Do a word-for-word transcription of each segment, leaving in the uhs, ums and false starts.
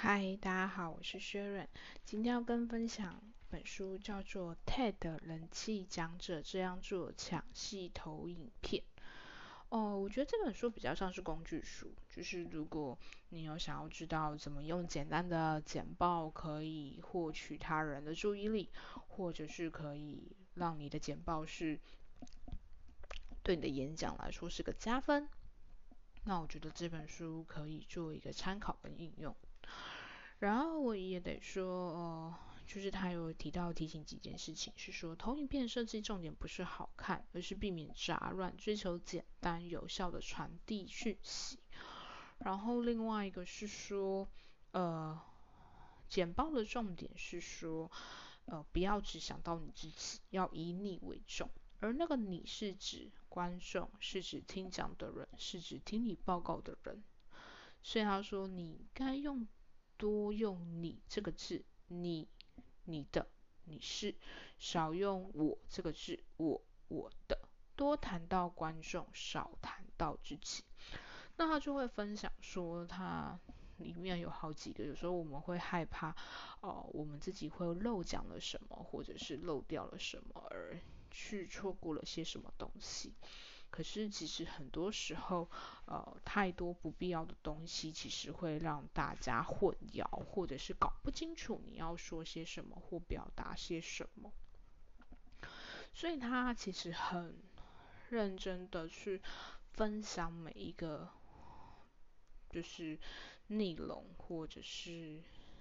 嗨，大家好，我是 Sharon，今天要跟分享一本书，叫做《TED 人气讲者这样做抢戏投影片》。哦，我觉得这本书比较像是工具书，就是如果你有想要知道怎么用简单的简报可以获取他人的注意力，或者是可以让你的简报是对你的演讲来说是个加分，那我觉得这本书可以做一个参考跟应用。然后我也得说，呃，就是他有提到提醒几件事情，是说投影片设计重点不是好看，而是避免杂乱，追求简单有效的传递讯息。然后另外一个是说，呃，简报的重点是说，呃，不要只想到你自己，要以你为重。而那个你是指观众，是指听讲的人，是指听你报告的人。所以他说，你该用多用你这个字，你、你的、你是，少用我这个字，我、我的，多谈到观众，少谈到自己。那他就会分享说，他里面有好几个，有时候我们会害怕，哦、呃，我们自己会漏讲了什么，或者是漏掉了什么，而去错过了些什么东西。可是其实很多时候，呃，太多不必要的东西，其实会让大家混淆，或者是搞不清楚你要说些什么或表达些什么。所以他其实很认真的去分享每一个就是内容，或者是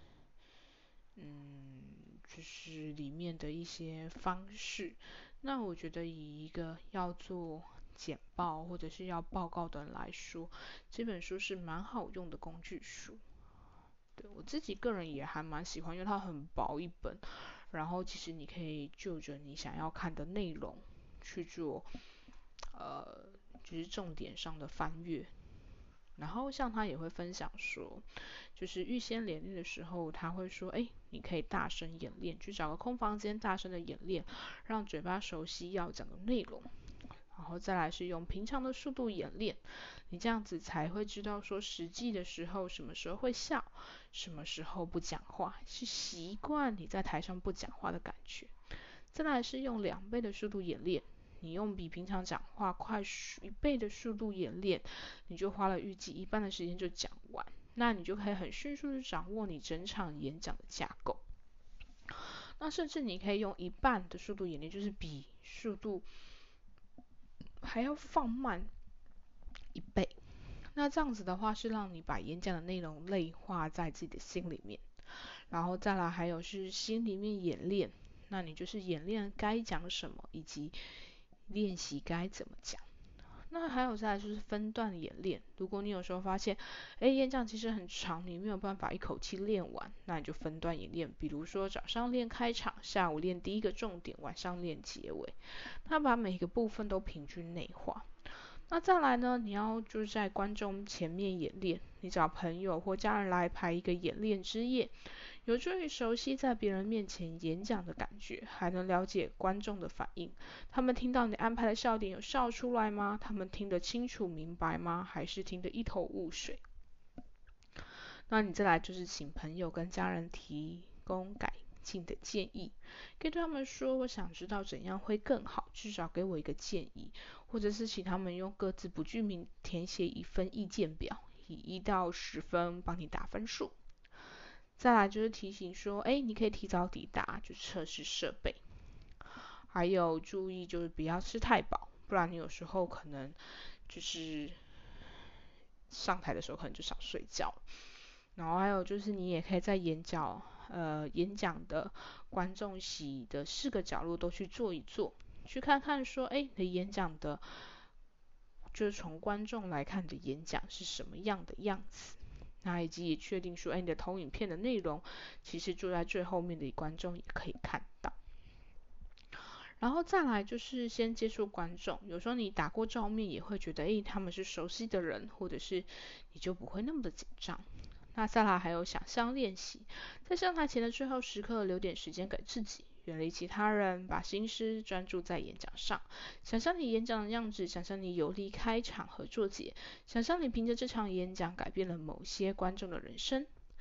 嗯，就是里面的一些方式。那我觉得以一个要做简报或者是要报告的人来说，这本书是蛮好用的工具书。对，我自己个人也还蛮喜欢，因为它很薄一本，然后其实你可以就着你想要看的内容去做，呃，就是重点上的翻阅。然后像他也会分享说，就是预先演练的时候，他会说，哎，你可以大声演练，去找个空房间大声的演练，让嘴巴熟悉要讲的内容。然后再来是用平常的速度演练，你这样子才会知道说实际的时候什么时候会笑，什么时候不讲话，是习惯你在台上不讲话的感觉。再来是用两倍的速度演练，你用比平常讲话快一倍的速度演练，你就花了预计一半的时间就讲完，那你就可以很迅速的掌握你整场演讲的架构。那甚至你可以用一半的速度演练，就是比速度还要放慢一倍。那这样子的话是让你把演讲的内容内化在自己的心里面，然后再来还有是心里面演练，那你就是演练该讲什么，以及练习该怎么讲。那还有再来就是分段演练，如果你有时候发现，哎，演讲其实很长，你没有办法一口气练完，那你就分段演练，比如说早上练开场，下午练第一个重点，晚上练结尾，他把每个部分都平均内化。那再来呢，你要就是在观众前面演练，你找朋友或家人来排一个演练之夜，有助于熟悉在别人面前演讲的感觉，还能了解观众的反应。他们听到你安排的笑点有笑出来吗？他们听得清楚明白吗？还是听得一头雾水？那你再来就是请朋友跟家人提供改进的建议，跟他们说我想知道怎样会更好，至少给我一个建议，或者是请他们用各自不具名填写一份意见表，以一到十分帮你打分数。再来就是提醒说，哎，你可以提早抵达，就测试设备。还有注意就是不要吃太饱，不然你有时候可能就是上台的时候可能就想睡觉。然后还有就是你也可以在演讲呃演讲的观众席的四个角落都去做一做，去看看说，哎，你的演讲的，就是从观众来看你的演讲是什么样的样子。那以及也确定说，哎，你的投影片的内容，其实坐在最后面的观众也可以看到。然后再来就是先接触观众，有时候你打过照面也会觉得，哎，他们是熟悉的人，或者是你就不会那么的紧张。那再来还有想象练习，在上台前的最后时刻留点时间给自己，远离其他人，把心思专注在演讲上。想象你演讲的样子，想象你有力开场和作结，想象你凭着这场演讲改变了某些观众的人生。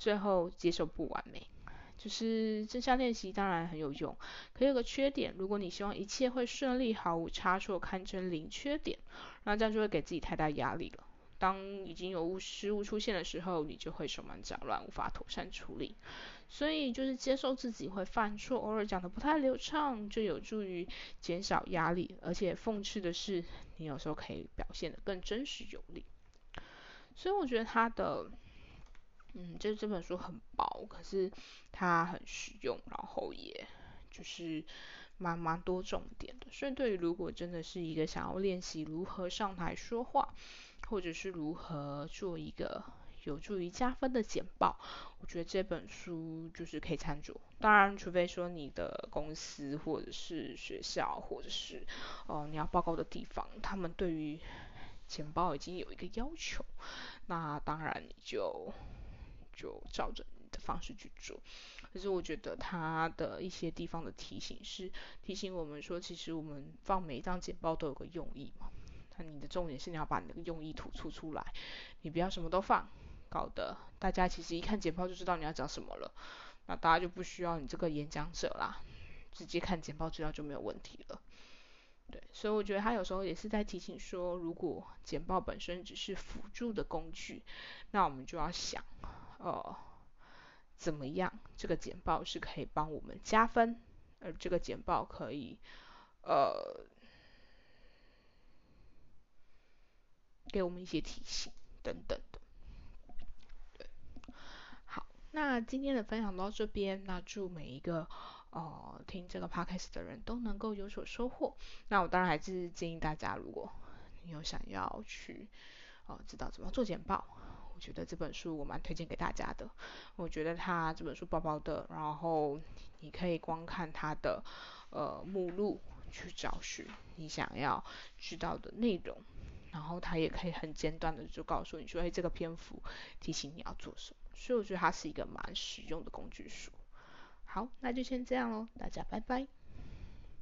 最后接受不完美。就是正向练习当然很有用，可有个缺点，如果你希望一切会顺利，毫无差错，堪称零缺点，那这样就会给自己太大压力了。当已经有失误出现的时候，你就会手忙脚乱，无法妥善处理。所以就是接受自己会犯错，偶尔讲的不太流畅，就有助于减少压力。而且讽刺的是，你有时候可以表现得更真实有力。所以我觉得他的嗯，这这本书很薄，可是它很实用，然后也就是蛮蛮多重点的。所以对于如果真的是一个想要练习如何上台说话，或者是如何做一个有助于加分的简报，我觉得这本书就是可以参照。当然，除非说你的公司或者是学校，或者是呃你要报告的地方，他们对于简报已经有一个要求，那当然你就就照着你的方式去做。可是我觉得他的一些地方的提醒是提醒我们说，其实我们放每一张简报都有个用意嘛。那你的重点是你要把你的用意突出出来，你不要什么都放，搞得大家其实一看简报就知道你要讲什么了。那大家就不需要你这个演讲者啦，直接看简报资料就没有问题了。对，所以我觉得他有时候也是在提醒说，如果简报本身只是辅助的工具，那我们就要想，呃，怎么样这个简报是可以帮我们加分，而这个简报可以，呃，给我们一些提醒等等的。对，好，那今天的分享到这边，那祝每一个呃听这个 podcast 的人都能够有所收获。那我当然还是建议大家，如果你有想要去呃知道怎么做简报，我觉得这本书我蛮推荐给大家的。我觉得它这本书薄薄的，然后你可以光看它的呃目录去找寻你想要知道的内容，然后它也可以很简短的就告诉你说，哎，这个篇幅提醒你要做什么。所以我觉得它是一个蛮实用的工具书。好，那就先这样咯，大家拜拜。